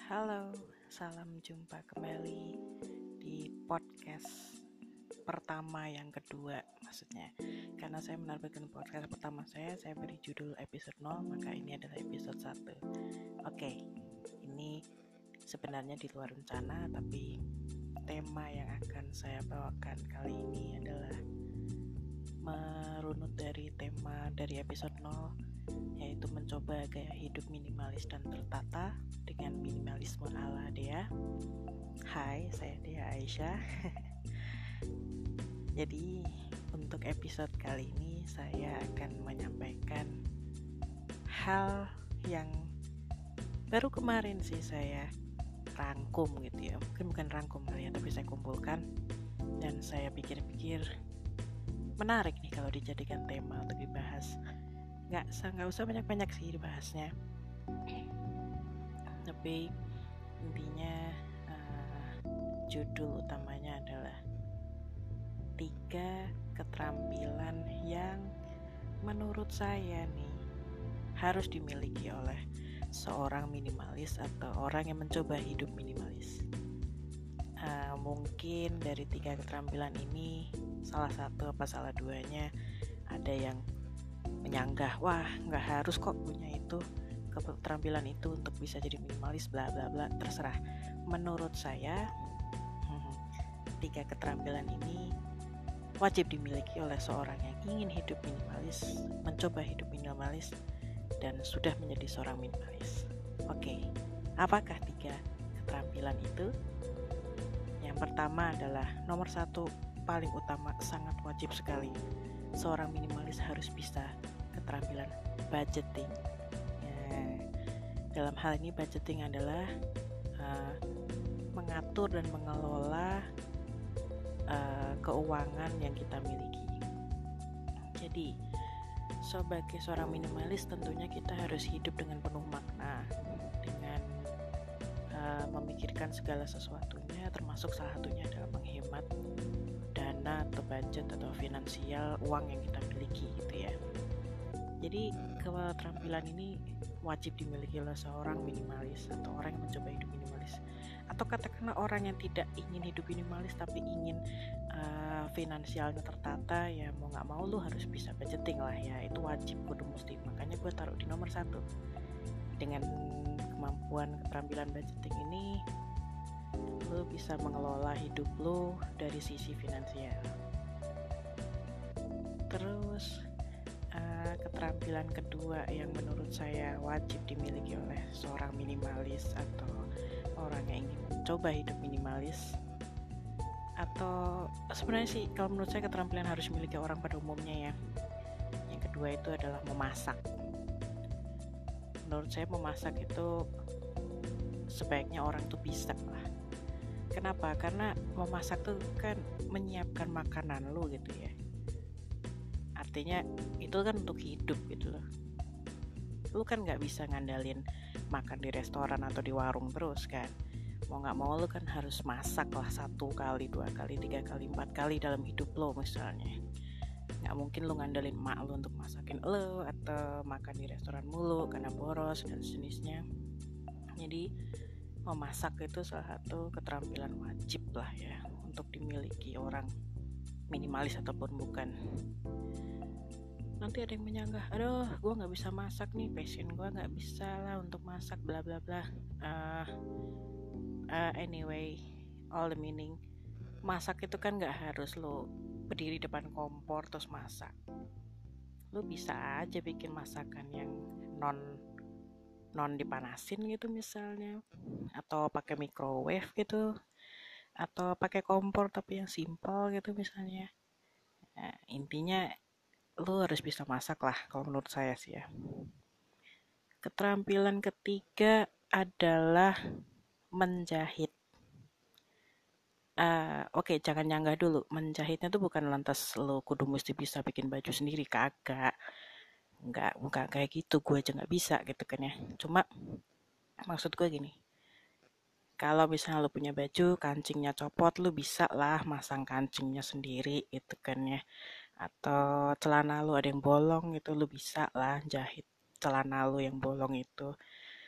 Halo, salam jumpa kembali di podcast pertama yang kedua maksudnya. Karena saya menerbitkan podcast pertama saya beri judul episode 0, maka ini adalah episode 1. Oke, ini sebenarnya di luar rencana, tapi tema yang akan saya bawakan kali ini adalah merunut dari tema dari episode 0, yaitu mencoba gaya hidup minimalis dan tertata dengan minimalisme ala Dea. Hai, saya Dea Aisyah. Jadi untuk episode kali ini saya akan menyampaikan hal yang baru kemarin sih saya rangkum gitu ya. Mungkin bukan rangkum ya, tapi saya kumpulkan dan saya pikir-pikir menarik nih kalau dijadikan tema untuk dibahas. Nggak usah banyak-banyak sih dibahasnya, tapi intinya judul utamanya adalah 3 keterampilan yang menurut saya nih harus dimiliki oleh seorang minimalis atau orang yang mencoba hidup minimalis. Mungkin dari 3 keterampilan ini salah satu apa salah duanya ada yang menyanggah, wah nggak harus kok punya itu keterampilan itu untuk bisa jadi minimalis bla bla bla, terserah. Menurut saya 3 keterampilan ini wajib dimiliki oleh seorang yang ingin hidup minimalis, mencoba hidup minimalis, dan sudah menjadi seorang minimalis. Oke, apakah 3 keterampilan itu? Yang pertama adalah nomor 1, paling utama, sangat wajib sekali. Seorang minimalis harus bisa keterampilan budgeting. Dalam hal ini budgeting adalah mengatur dan mengelola keuangan yang kita miliki. Jadi sebagai seorang minimalis tentunya kita harus hidup dengan penuh makna, dengan memikirkan segala sesuatunya, termasuk salah satunya adalah menghemat dana atau budget atau finansial uang yang kita miliki gitu ya. Jadi keterampilan ini wajib dimiliki oleh seorang minimalis atau orang yang mencoba hidup minimalis, atau katakanlah orang yang tidak ingin hidup minimalis tapi ingin finansialnya tertata, ya mau gak mau lu harus bisa budgeting lah ya, itu wajib, kudu mesti. Makanya gue taruh di nomor 1. Dengan kemampuan keterampilan budgeting ini lu bisa mengelola hidup lu dari sisi finansial. Terus keterampilan kedua yang menurut saya wajib dimiliki oleh seorang minimalis atau orang yang ingin mencoba hidup minimalis, atau sebenarnya sih kalau menurut saya keterampilan harus dimiliki orang pada umumnya ya. Yang kedua itu adalah memasak. Menurut saya memasak itu sebaiknya orang tuh bisa lah. Kenapa? Karena memasak tuh kan menyiapkan makanan lu gitu ya. Artinya itu kan untuk hidup gitu loh. Lu kan gak bisa ngandalin makan di restoran atau di warung terus kan. Mau gak mau lu kan harus masak lah 1 kali, 2 kali, 3 kali, 4 kali dalam hidup lo misalnya. Gak mungkin lu ngandelin mak lu untuk masakin lo atau makan di restoran mulu karena boros dan sejenisnya. Jadi memasak itu salah satu keterampilan wajib lah ya untuk dimiliki orang minimalis ataupun bukan. Nanti ada yang menyanggah, aduh gue gak bisa masak nih, passion gue gak bisa lah untuk masak bla bla bla. Anyway, all the meaning, masak itu kan gak harus lo berdiri depan kompor terus masak. Lo bisa aja bikin masakan yang non dipanasin gitu misalnya, atau pakai microwave gitu, atau pakai kompor tapi yang simple gitu misalnya. Nah, intinya lu harus bisa masak lah kalau menurut saya sih ya. Keterampilan ketiga adalah menjahit. Oke, jangan nyanggah dulu. Menjahitnya tuh bukan lantas lu kudu mesti bisa bikin baju sendiri, kagak. Enggak kayak gitu, gue aja gak bisa gitu kan ya. Cuma maksud gue gini, kalau misalnya lu punya baju kancingnya copot, lu bisa lah masang kancingnya sendiri gitu kan ya. Atau celana lu ada yang bolong gitu, lu bisa lah jahit celana lu yang bolong itu.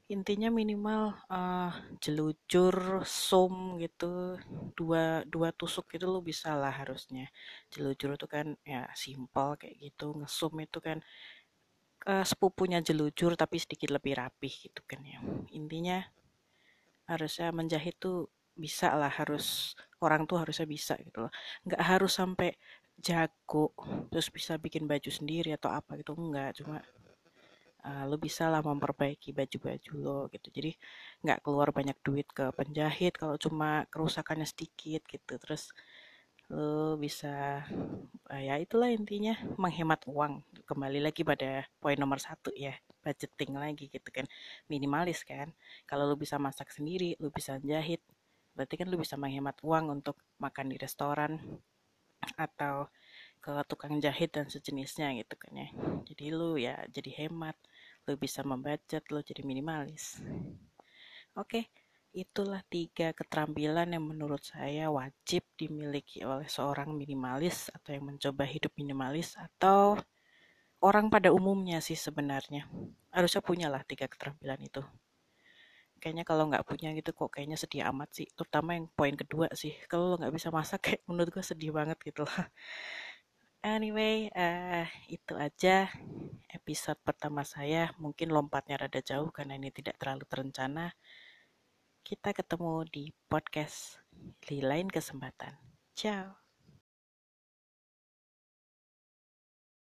Intinya minimal jelujur, sum gitu, dua dua tusuk itu lo bisa lah harusnya. Jelujur itu kan ya simple kayak gitu, ngesum itu kan sepupunya jelujur tapi sedikit lebih rapih gitu kan ya. Intinya harusnya menjahit tuh bisa lah, harus orang tuh harusnya bisa gitu loh. Nggak harus sampai jago terus bisa bikin baju sendiri atau apa gitu, enggak. Cuma lo bisa lah memperbaiki baju-baju lo gitu. Jadi nggak keluar banyak duit ke penjahit kalau cuma kerusakannya sedikit gitu. Terus lo bisa ya itulah intinya menghemat uang. Kembali lagi pada poin nomor satu ya, budgeting lagi gitu kan, minimalis kan. Kalau lo bisa masak sendiri, lo bisa jahit, berarti kan lo bisa menghemat uang untuk makan di restoran atau ke tukang jahit dan sejenisnya gitu kan ya. Jadi lu ya jadi hemat, lu bisa membudget, lu jadi minimalis. Oke, itulah 3 keterampilan yang menurut saya wajib dimiliki oleh seorang minimalis atau yang mencoba hidup minimalis atau orang pada umumnya sih sebenarnya. Harusnya punya lah 3 keterampilan itu. Kayaknya kalau nggak punya gitu kok kayaknya sedih amat sih. Terutama yang poin kedua sih. Kalau lo nggak bisa masak kayak menurut gue sedih banget gitu lah. Anyway, itu aja episode pertama saya. Mungkin lompatnya rada jauh karena ini tidak terlalu terencana. Kita ketemu di podcast di lain kesempatan. Ciao.